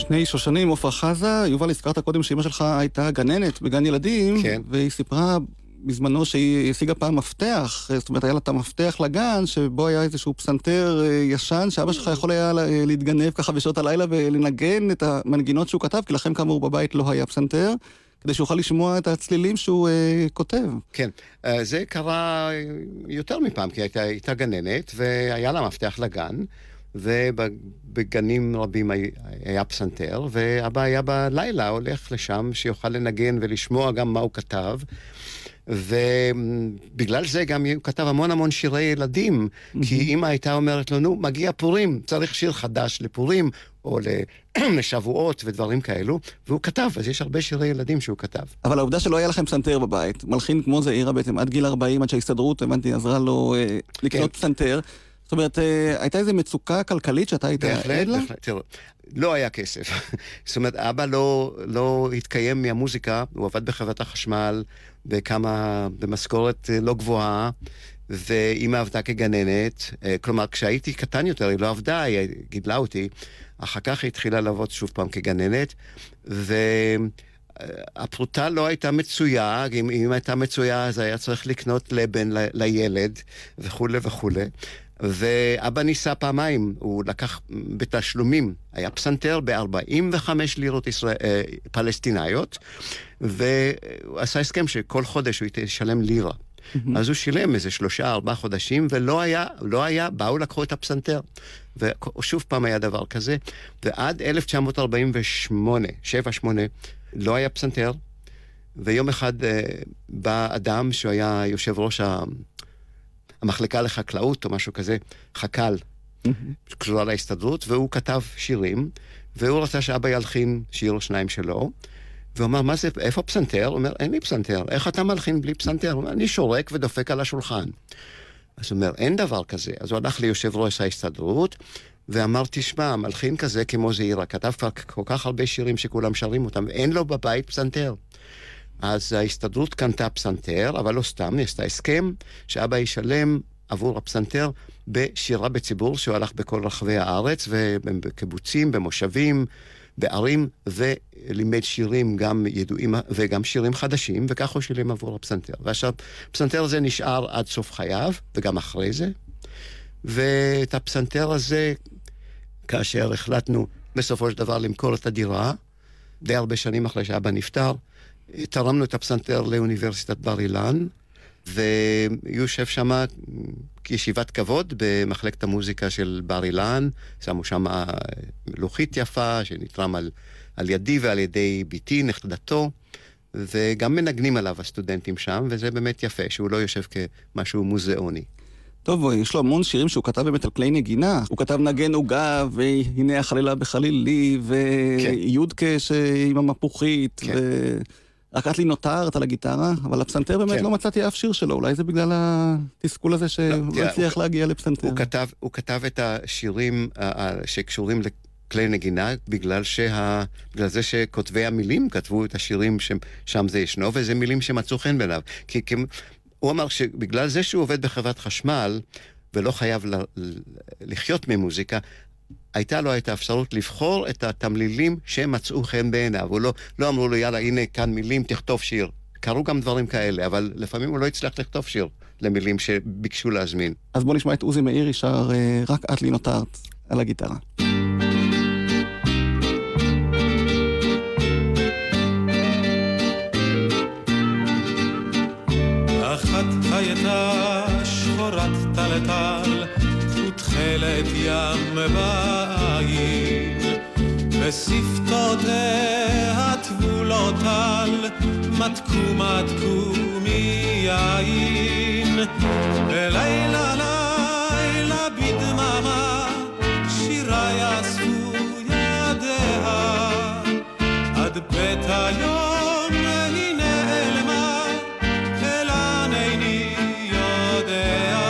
שני שושנים, עופרה חזה. יובל, הזכרת קודם שאמא שלך הייתה גננת בגן ילדים, כן. והיא סיפרה בזמנו שהיא השיגה פעם מפתח, זאת אומרת, היה לה את המפתח לגן, שבו היה איזשהו פסנתר ישן, שאבא שלך יכול היה להתגנב ככה בשעות הלילה ולנגן את המנגינות שהוא כתב, כי לכם כאמור בבית לא היה פסנתר, כדי שיוכל לשמוע את הצלילים שהוא uh, כותב. כן, uh, זה קרה יותר מפעם, כי הייתה, הייתה גננת, והיה לה מפתח לגן, ובגנים רבים היה פסנתר, ואבא היה בלילה הולך לשם, שיוכל לנגן ולשמוע גם מה הוא כתב, ובגלל זה גם הוא כתב המון המון שירי ילדים, mm-hmm. כי אמא הייתה אומרת לו, נו, מגיע פורים, צריך שיר חדש לפורים, או לשבועות ודברים כאלו, והוא כתב, אז יש הרבה שירי ילדים שהוא כתב. אבל העובדה שלא היה לכם פסנתר בבית, מלחין כמו זעירה בעצם עד גיל ארבעים, עד שההסתדרות, הבנתי, עזרה לו אה, לקנות כן. פסנתר, זאת אומרת, אה, הייתה איזו מצוקה כלכלית שאתה היית עד לה? בהחלט, תראו, לא היה כסף. זאת אומרת, אבא לא, לא התקיים מהמוזיקה, הוא עבד בחברת החשמל, בכמה, במשכורת לא גבוהה, ואמא עבדה כגננת, כלומר, כשהייתי קטן יותר, היא לא עבדה, היא גידלה אותי, אחר כך היא התחילה לעבוד שוב פעם כגננת, והפרוטה לא הייתה מצויה, אם, אם הייתה מצויה, אז היה צריך לקנות לבן ל, לילד, וכו' וכו'. ואבא ניסה פעמיים, הוא לקח בתשלומים, היה פסנתר ב-ארבעים וחמש לירות ישראל, פלסטיניות, והוא עשה הסכם שכל חודש הוא ישלם לירה. Mm-hmm. אז הוא שילם איזה שלושה, ארבעה חודשים, ולא היה, לא היה, באו לקחו את הפסנתר. ושוב פעם היה דבר כזה, ועד אלף תשע מאות ארבעים ושמונה, שבע שמונה, לא היה פסנתר, ויום אחד בא אדם שהוא היה יושב ראש ה... המחלקה לחקלאות או משהו כזה, חקל, mm-hmm. קשורה להסתדרות, והוא כתב שירים, והוא רצה שאבא ילחין שיר או שניים שלו, והוא אמר, מה זה, איפה פסנתר? הוא אומר, אין לי פסנתר, איך אתה מלחין בלי פסנתר? הוא אומר, אני שורק ודופק על השולחן. אז הוא אומר, אין דבר כזה. אז הוא הלך ליושב ראש ההסתדרות, ואמר, תשמע, מלחין כזה כמו זעירה, כתב כבר כל כך הרבה שירים שכולם שרים אותם, אין לו בבית פסנתר. אז ההסתדרות קנתה פסנתר, אבל לא סתם, יש את ההסכם שאבא ישלם עבור הפסנתר בשירה בציבור, שהוא הלך בכל רחבי הארץ, ובקיבוצים, במושבים, בערים, ולימד שירים גם ידועים, וגם שירים חדשים, וכך הוא שילם עבור הפסנתר. ועכשיו, הפסנתר הזה נשאר עד סוף חייו, וגם אחרי זה, ואת הפסנתר הזה, כאשר החלטנו בסופו של דבר למכור את הדירה, די הרבה שנים אחרי שאבא נפטר, תרמנו את הפסנתר לאוניברסיטת בר אילן, ויושב שם כישיבת כבוד במחלקת המוזיקה של בר אילן, שמו שם לוחית יפה שנתרם על, על ידי ועל ידי ביתי, נכדתו, וגם מנגנים עליו הסטודנטים שם, וזה באמת יפה, שהוא לא יושב כמשהו מוזיאוני. טוב, יש לו המון שירים שהוא כתב באמת על כלי נגינה. הוא כתב נגן עוגה, והנה החלילה בחלילי, ויודקה עם המפוחית, כן. ו... רק את לי נותרת על הגיטרה, אבל הפסנתר באמת כן. לא מצאתי אף שיר שלו. אולי זה בגלל התסכול הזה שהוא לא הצליח הוא... להגיע לפסנתר. הוא כתב, הוא כתב את השירים uh, שקשורים לכלי נגינה, בגלל, שה... בגלל זה שכותבי המילים כתבו את השירים ששם זה ישנו, וזה מילים שמצאו חן ביניו. כי, כי הוא אמר שבגלל זה שהוא עובד בחברת חשמל, ולא חייב ל... לחיות ממוזיקה, הייתה לו את האפשרות לבחור את התמלילים שמצאו חן בעיניו. הוא לא, לא אמרו לו, יאללה, הנה כאן מילים, תכתוב שיר. קרו גם דברים כאלה, אבל לפעמים הוא לא הצליח לכתוב שיר למילים שביקשו להזמין. אז בוא נשמע את עוזי מאיר ישר, רק את לי נותרת על הגיטרה. אחת הייתה שחורת טלטל, ותכלת ים בעין, ושפתותיה טבולות על, מתקו מתקו מיין. בלילה לילה בדממה, שירה יאספו ידיה, עד בית היום היא נעלמה, אל עיני יודע.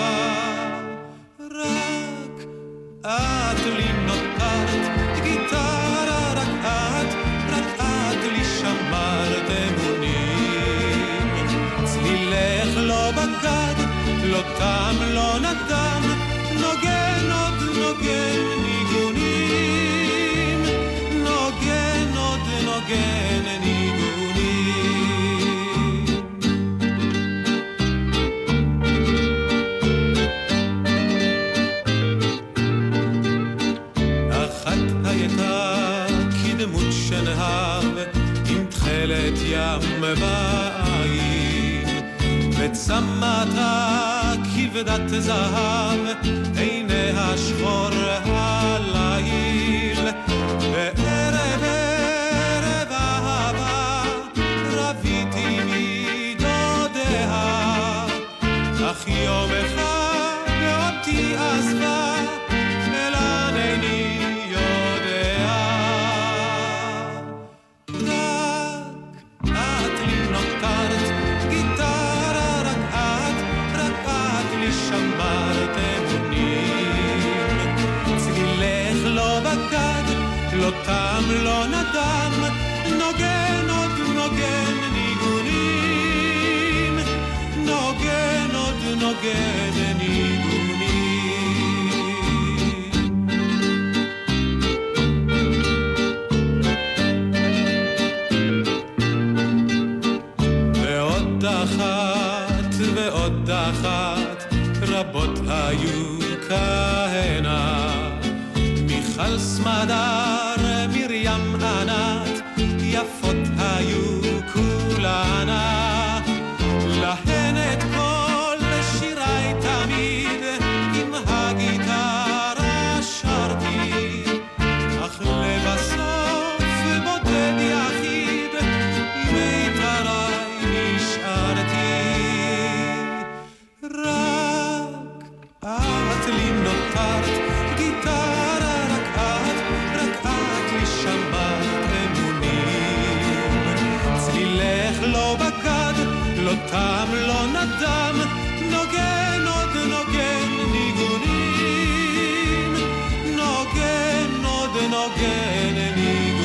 את לי נותרת גיטרה, רק את, רק את לי שמרת אמונים. צלילך לא בגד, לא תם, לא נדם, נוגן עוד נוגן ניגונים. וצמתה כבדת זהב, עיניה שחור הליל, בערב ערב אהבה רביתי מדודיה, אך יום אחד אותי עזבה, אלא איני יודע. רק את לי נותרת, גיטרה רק את, רק את לי שמרת אמונים, צלילך לא בגד, לא תם לא נדם, נוגן עוד נוגן ניגונים, נוגן עוד נוגן ניגונים. ועוד אחת ועוד אחת, רבות היו כהנה, מיכל סמדר, מרים ענת, יפות היו כולנה, להן את כל שירי תמיד, עם הגיטרה שרתי, אך לבסוף בודד יחיד, עם מיתרי נשארתי. רק את לי נותרת, גיטרה רק את, רק את לי שמרת אמונים, צלילך לא בגד, לא תם לא נדם, נוגן עוד נוגן ניגונים, נוגן עוד נוגן ניגונים.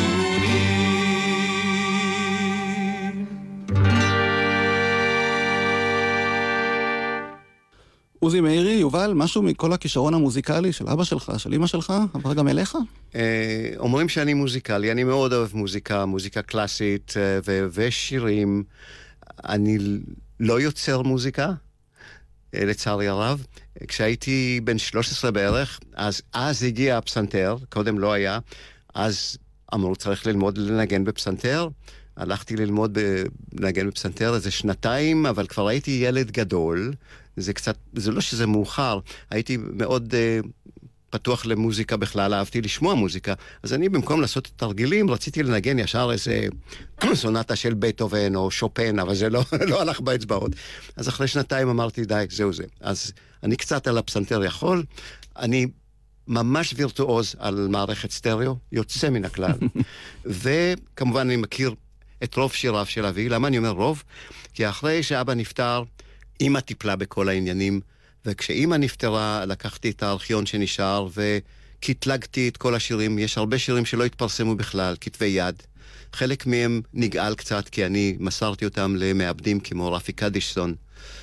עוזי מאירי, יובל, משהו מכל הכישרון המוזיקלי של אבא שלך, של אמא שלך, עבר גם אליך? אה, אומרים שאני מוזיקלי, אני מאוד אוהב מוזיקה, מוזיקה קלאסית אה, ו- ושירים. אני לא יוצר מוזיקה, אה, לצערי הרב. כשהייתי בן שלוש עשרה בערך, אז, אז הגיע הפסנתר, קודם לא היה, אז אמרו צריך ללמוד לנגן בפסנתר, הלכתי ללמוד לנגן בפסנתר איזה שנתיים, אבל כבר הייתי ילד גדול, זה קצת, זה לא שזה מאוחר, הייתי מאוד uh, פתוח למוזיקה בכלל, אהבתי לשמוע מוזיקה, אז אני במקום לעשות את תרגילים, רציתי לנגן ישר איזה סונטה של בטהובן או שופן, אבל זה לא, לא הלך באצבעות. אז אחרי שנתיים אמרתי, די, זהו זה. אז אני קצת על הפסנתר יכול, אני ממש וירטואוז על מערכת סטריאו, יוצא מן הכלל. וכמובן אני מכיר את רוב שיריו של אבי. למה אני אומר רוב? כי אחרי שאבא נפטר, אמא טיפלה בכל העניינים, וכשאמא נפטרה, לקחתי את הארכיון שנשאר, וקטלגתי את כל השירים. יש הרבה שירים שלא התפרסמו בכלל, כתבי יד. חלק מהם נגעל קצת, כי אני מסרתי אותם למעבדים כמו רפי קדישסון,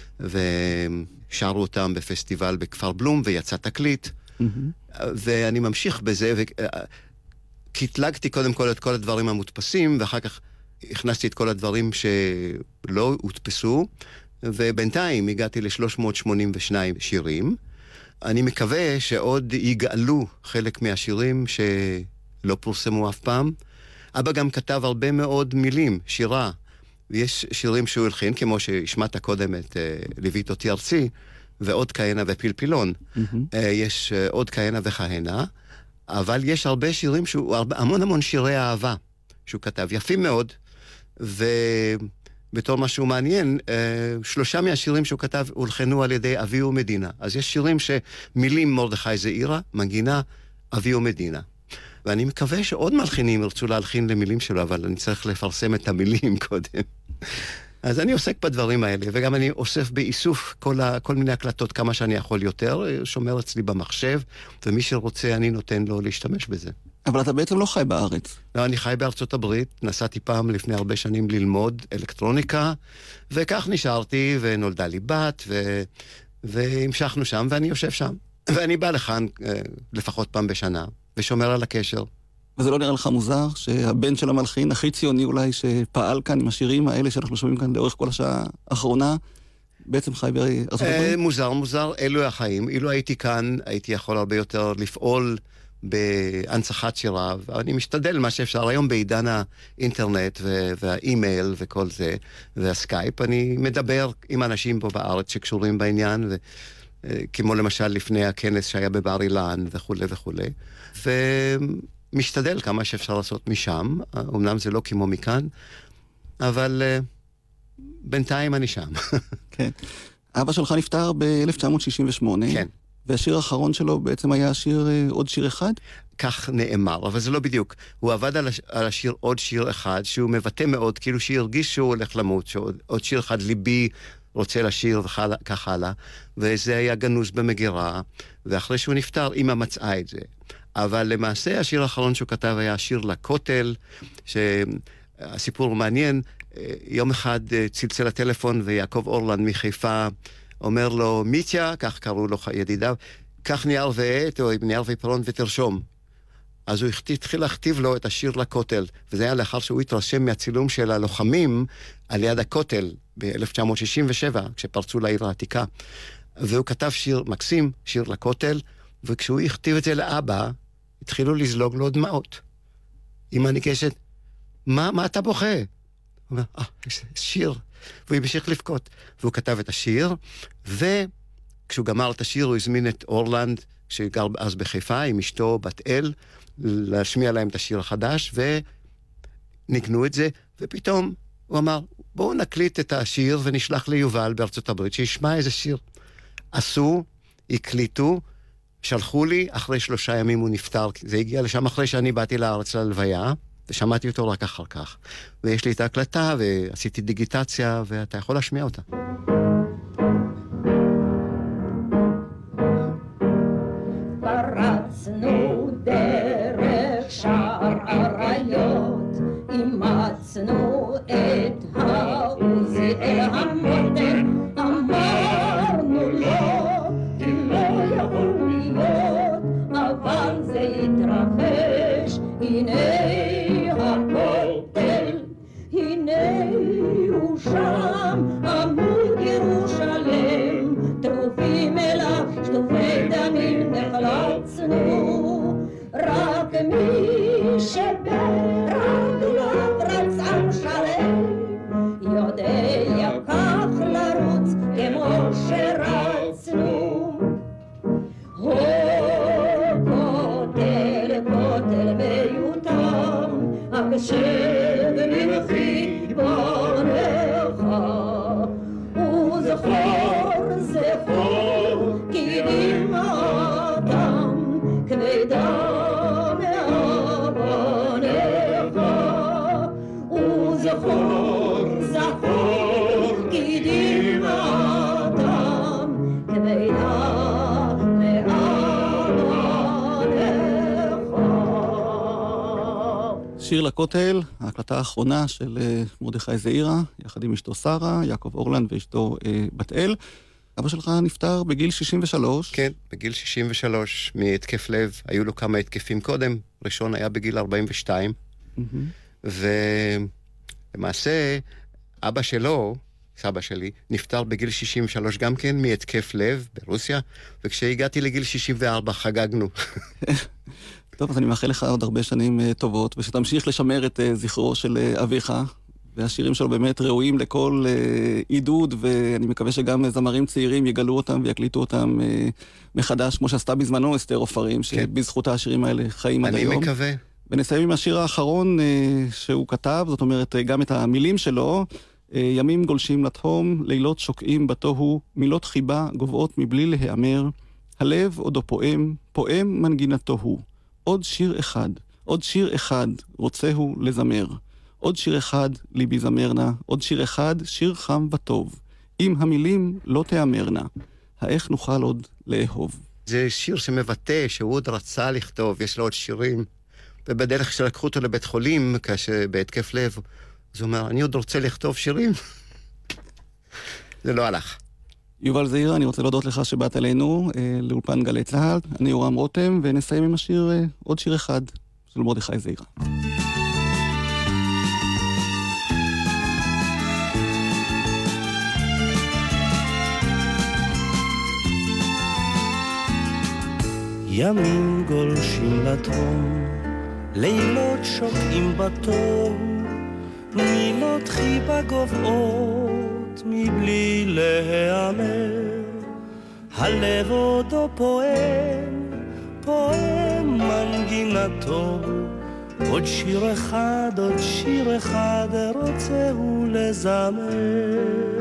ושרו אותם בפסטיבל בכפר בלום, ויצא תקליט. Mm-hmm. ואני ממשיך בזה, וקטלגתי קודם כל את כל הדברים המודפסים, ואחר כך הכנסתי את כל הדברים שלא הודפסו, ובינתיים הגעתי ל-שלוש מאות שמונים ושניים שירים. אני מקווה שעוד יגאלו חלק מהשירים שלא פורסמו אף פעם. אבא גם כתב הרבה מאוד מילים, שירה, ויש שירים שהוא הלחין, כמו שהשמעת קודם את ליווית אותי ארצי, ועוד כהנה ופלפילון. Mm-hmm. יש עוד כהנה וכהנה, אבל יש הרבה שירים, שהוא, המון המון שירי אהבה שהוא כתב, יפים מאוד, ובתור משהו מעניין, שלושה מהשירים שהוא כתב הולחנו על ידי אבי ומדינה. אז יש שירים שמילים מרדכי זעירה, מנגינה אבי ומדינה. ואני מקווה שעוד מלחינים ירצו להלחין למילים שלו, אבל אני צריך לפרסם את המילים קודם. אז אני עוסק בדברים האלה, וגם אני אוסף באיסוף כל, ה, כל מיני הקלטות כמה שאני יכול יותר, שומר אצלי במחשב, ומי שרוצה אני נותן לו להשתמש בזה. אבל אתה בעצם לא חי בארץ. לא, אני חי בארצות הברית, נסעתי פעם לפני הרבה שנים ללמוד אלקטרוניקה, וכך נשארתי, ונולדה לי בת, ו... והמשכנו שם, ואני יושב שם. ואני בא לכאן לפחות פעם בשנה, ושומר על הקשר. וזה לא נראה לך מוזר שהבן של המלחין, הכי ציוני אולי, שפעל כאן עם השירים האלה שאנחנו שומעים כאן לאורך כל השעה האחרונה, בעצם חי בארצות הברית? מוזר, מוזר, אלו החיים. אילו הייתי כאן, הייתי יכול הרבה יותר לפעול בהנצחת שיריו. אני משתדל מה שאפשר. היום בעידן האינטרנט והאימייל וכל זה, והסקייפ, אני מדבר עם אנשים פה בארץ שקשורים בעניין, כמו למשל לפני הכנס שהיה בבר אילן וכו' וכו'. ומשתדל כמה שאפשר לעשות משם. אמנם זה לא כמו מכאן, אבל בינתיים אני שם. כן. אבא שלך נפטר ב-אלף תשע מאות שישים ושמונה. כן. והשיר האחרון שלו בעצם היה השיר עוד שיר אחד? כך נאמר, אבל זה לא בדיוק. הוא עבד על, הש... על השיר עוד שיר אחד, שהוא מבטא מאוד, כאילו שהרגיש שהוא הולך למות, שעוד שיר אחד ליבי רוצה לשיר וכך הלאה, וזה היה גנוז במגירה, ואחרי שהוא נפטר, אמא מצאה את זה. אבל למעשה השיר האחרון שהוא כתב היה השיר לכותל, שהסיפור מעניין, יום אחד צלצל הטלפון ויעקב אורלנד מחיפה אומר לו, מיטיה, כך קראו לו ידידיו, קח נייר ועט או נייר ועיפרון ותרשום. אז הוא התחיל להכתיב לו את השיר לכותל, וזה היה לאחר שהוא התרשם מהצילום של הלוחמים על יד הכותל ב-אלף תשע מאות שישים ושבע, כשפרצו לעיר העתיקה. והוא כתב שיר מקסים, שיר לכותל, וכשהוא הכתיב את זה לאבא, התחילו לזלוג לו דמעות. אמא ניגשת, מה, מה אתה בוכה? הוא אומר, אה, שיר. והוא המשיך לבכות. והוא כתב את השיר, וכשהוא גמר את השיר, הוא הזמין את אורלנד, שגר אז בחיפה, עם אשתו בת אל, להשמיע להם את השיר החדש, ונגנו את זה, ופתאום הוא אמר, בואו נקליט את השיר ונשלח ליובל בארצות הברית, שישמע איזה שיר. עשו, הקליטו, שלחו לי, אחרי שלושה ימים הוא נפטר, זה הגיע לשם אחרי שאני באתי לארץ ללוויה, ושמעתי אותו רק אחר כך. ויש לי את ההקלטה, ועשיתי דיגיטציה, ואתה יכול להשמיע אותה. פרצנו דרך שער אריות, אימצנו את העוזי אל המותן, אמרנו לו, כי לא יכול להיות, אבל זה יתרחש, הנה הכותל, הנה הוא שם, עמוד ירושלם, טרופים אליו, שטופי דמים נחלצנו, רק מי שברדיו רץ עם שלם, יודע כך לרוץ כמו שרצנו. הו כותל, כותל מיותם, הקשב מבחי בונך, וזכור זכור כי דמעתם כבדה מאבונך, וזכור זכור כי דמעתם כבדה שיר לכותל, ההקלטה האחרונה של מרדכי זעירה, יחד עם אשתו שרה, יעקב אורלנד ואשתו בת אל. אבא שלך נפטר בגיל שישים ושלוש. כן, בגיל שישים ושלוש, מהתקף לב. היו לו כמה התקפים קודם, ראשון היה בגיל ארבעים ושתיים. Mm-hmm. ולמעשה, אבא שלו, סבא שלי, נפטר בגיל שישים ושלוש גם כן, מהתקף לב ברוסיה, וכשהגעתי לגיל שישים וארבע חגגנו. טוב, אז אני מאחל לך עוד הרבה שנים טובות, ושתמשיך לשמר את זכרו של אביך, והשירים שלו באמת ראויים לכל עידוד, ואני מקווה שגם זמרים צעירים יגלו אותם ויקליטו אותם מחדש, כמו שעשתה בזמנו אסתר עופרים, שבזכותה השירים האלה חיים עד היום. אני מקווה. ונסיים עם השיר האחרון שהוא כתב, זאת אומרת גם את המילים שלו, ימים גולשים לתהום, לילות שוקעים בתוהו, מילות חיבה גובעות מבלי להיאמר, הלב עודו פועם, פועם מנגינתו הוא. עוד שיר אחד, עוד שיר אחד רוצהו לזמר. עוד שיר אחד ליבי זמרנה, עוד שיר אחד שיר חם וטוב. אם המילים לא תאמרנה, האיך נוכל עוד לאהוב. זה שיר שמבטא שהוא עוד רצה לכתוב, יש לו עוד שירים. ובדרך שלקחו אותו לבית חולים, בהתקף לב, אז הוא אומר, אני עוד רוצה לכתוב שירים. זה לא הלך. יובל זעירה, אני רוצה להודות לך שבאת אלינו, אה, לאולפן גלי צהל. אני יורם רותם, ונסיים עם השיר, אה, עוד שיר אחד, של מרדכי זעירה. ימים גולשים לתהום, לילות שוקעים בתום, מילות חיבה גובעות מבלי להיאמר. הלב עודו פועם, פועם מנגינתו, עוד שיר אחד, עוד שיר אחד רוצה הוא לזמר.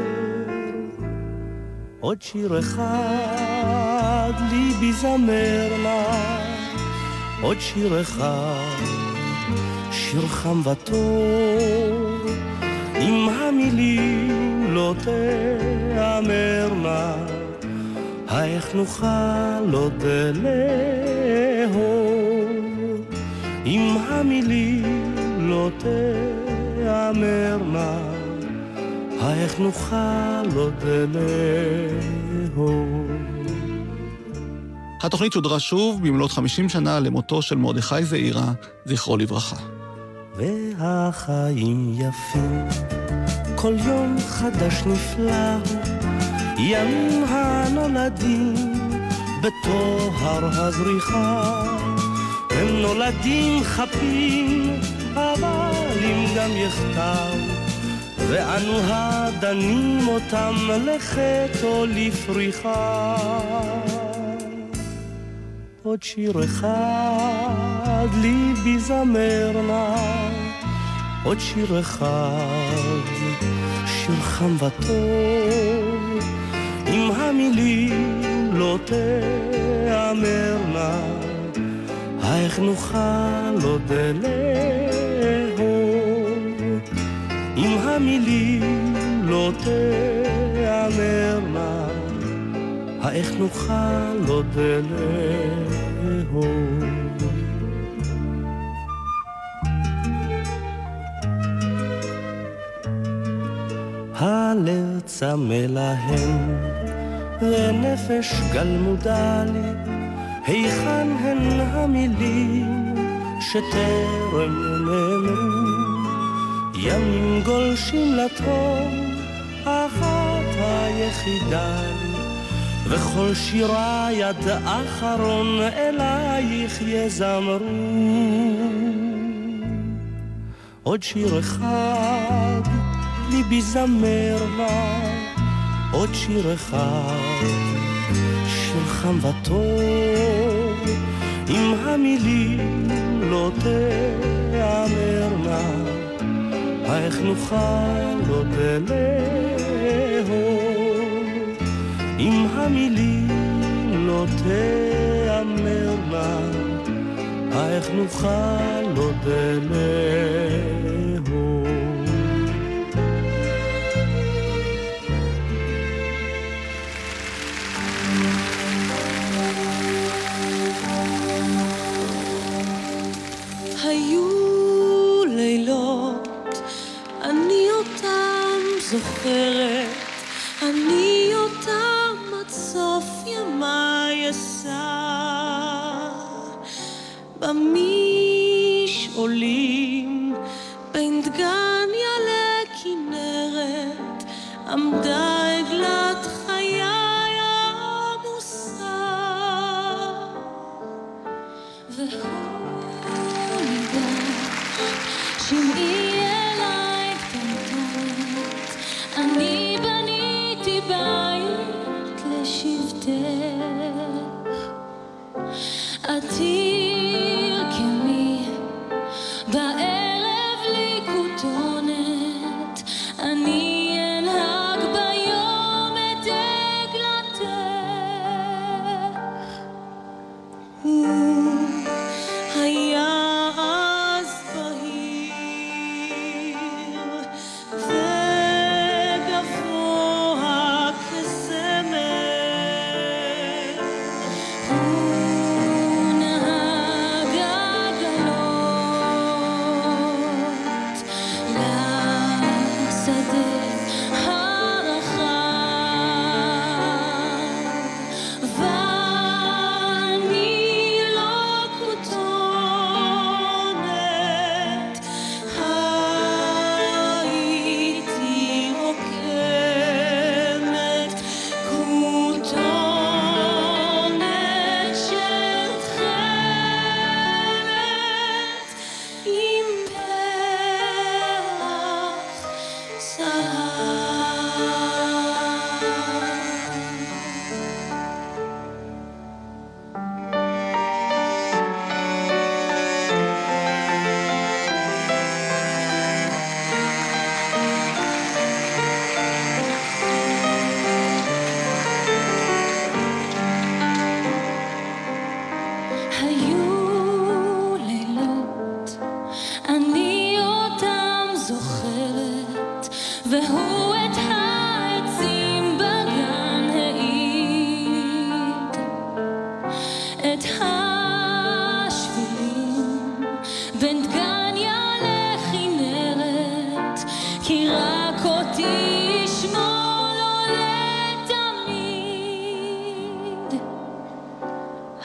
עוד שיר אחד ליבי זמר לה, עוד שיר אחד, שיר חם וטוב, אם המילים לא תאמרנה, איך נוכל עוד לאהוב. אם המילים לא תאמרנה, איך נוכל עוד לאהוב. התוכנית שודרה שוב במלאת חמישים שנה למותו של מרדכי זעירא, זכרו לברכה. והחיים יפים, כל יום חדש נפלא, ימים הנולדים בטוהר הזריחה. הם נולדים חפים, אבל אם גם יחטאו, ואנו הדנים אותם לחטא או לפריחה. עוד שיר אחד ליבי זמר לה, עוד שיר אחד, שיר חם וטוב, אם המילים לא תאמרנה, איך נוכל עוד לאהוב. אם המילים לא תאמרנה, איך נוכל עוד לאהוב. הלב צמא להם ונפש גלמודה לי, היכן הן המילים שטרם נאמרו. ימים גולשים לתהום, אחת היחידה לי, וכל שירה יד אחרון אלייך יזמרו. עוד שיר אחד ליבי זמר לה, עוד שיר אחד, שיר חם וטוב, אם המילים לא תאמרנה, איך נוכל עוד לאהוב. אם המילים לא תאמרנה, איך נוכל עוד לאהוב. היו לילות, אני אותם זוכרת, אני אותם עד סוף ימי אשא. במשעולים בין דגניה לכנרת עמדה עגלת חיי עמוסה, והוא ניגש שמעי אליי קטנטונת, אני בניתי בית לשבטך, עתיר כמי בערב לי כותונת, אני אנהג ביום את עגלתך. הוא היה אז בהיר וגבוה כזמר, הוא נהג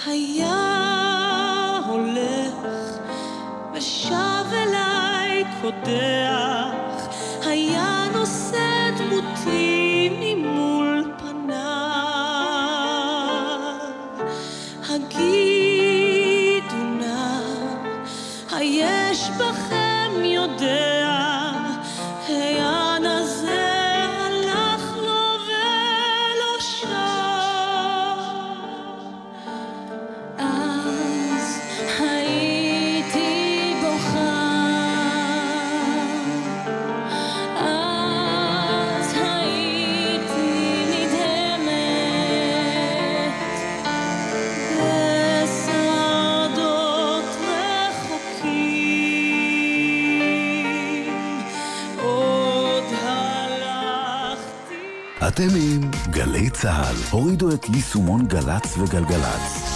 היה הולך ושב אליי קודח, היה נושא דמותי ממול פניו. הגידו נא, היש בכם יודע, העין הזה הלך לו ולא שב. אז הייתי בוכה, אז הייתי נדהמת בשדות רחוקים, עוד הלכתי. אתם עם גלי צהל, הורידו את יישומון גלץ וגלגלץ.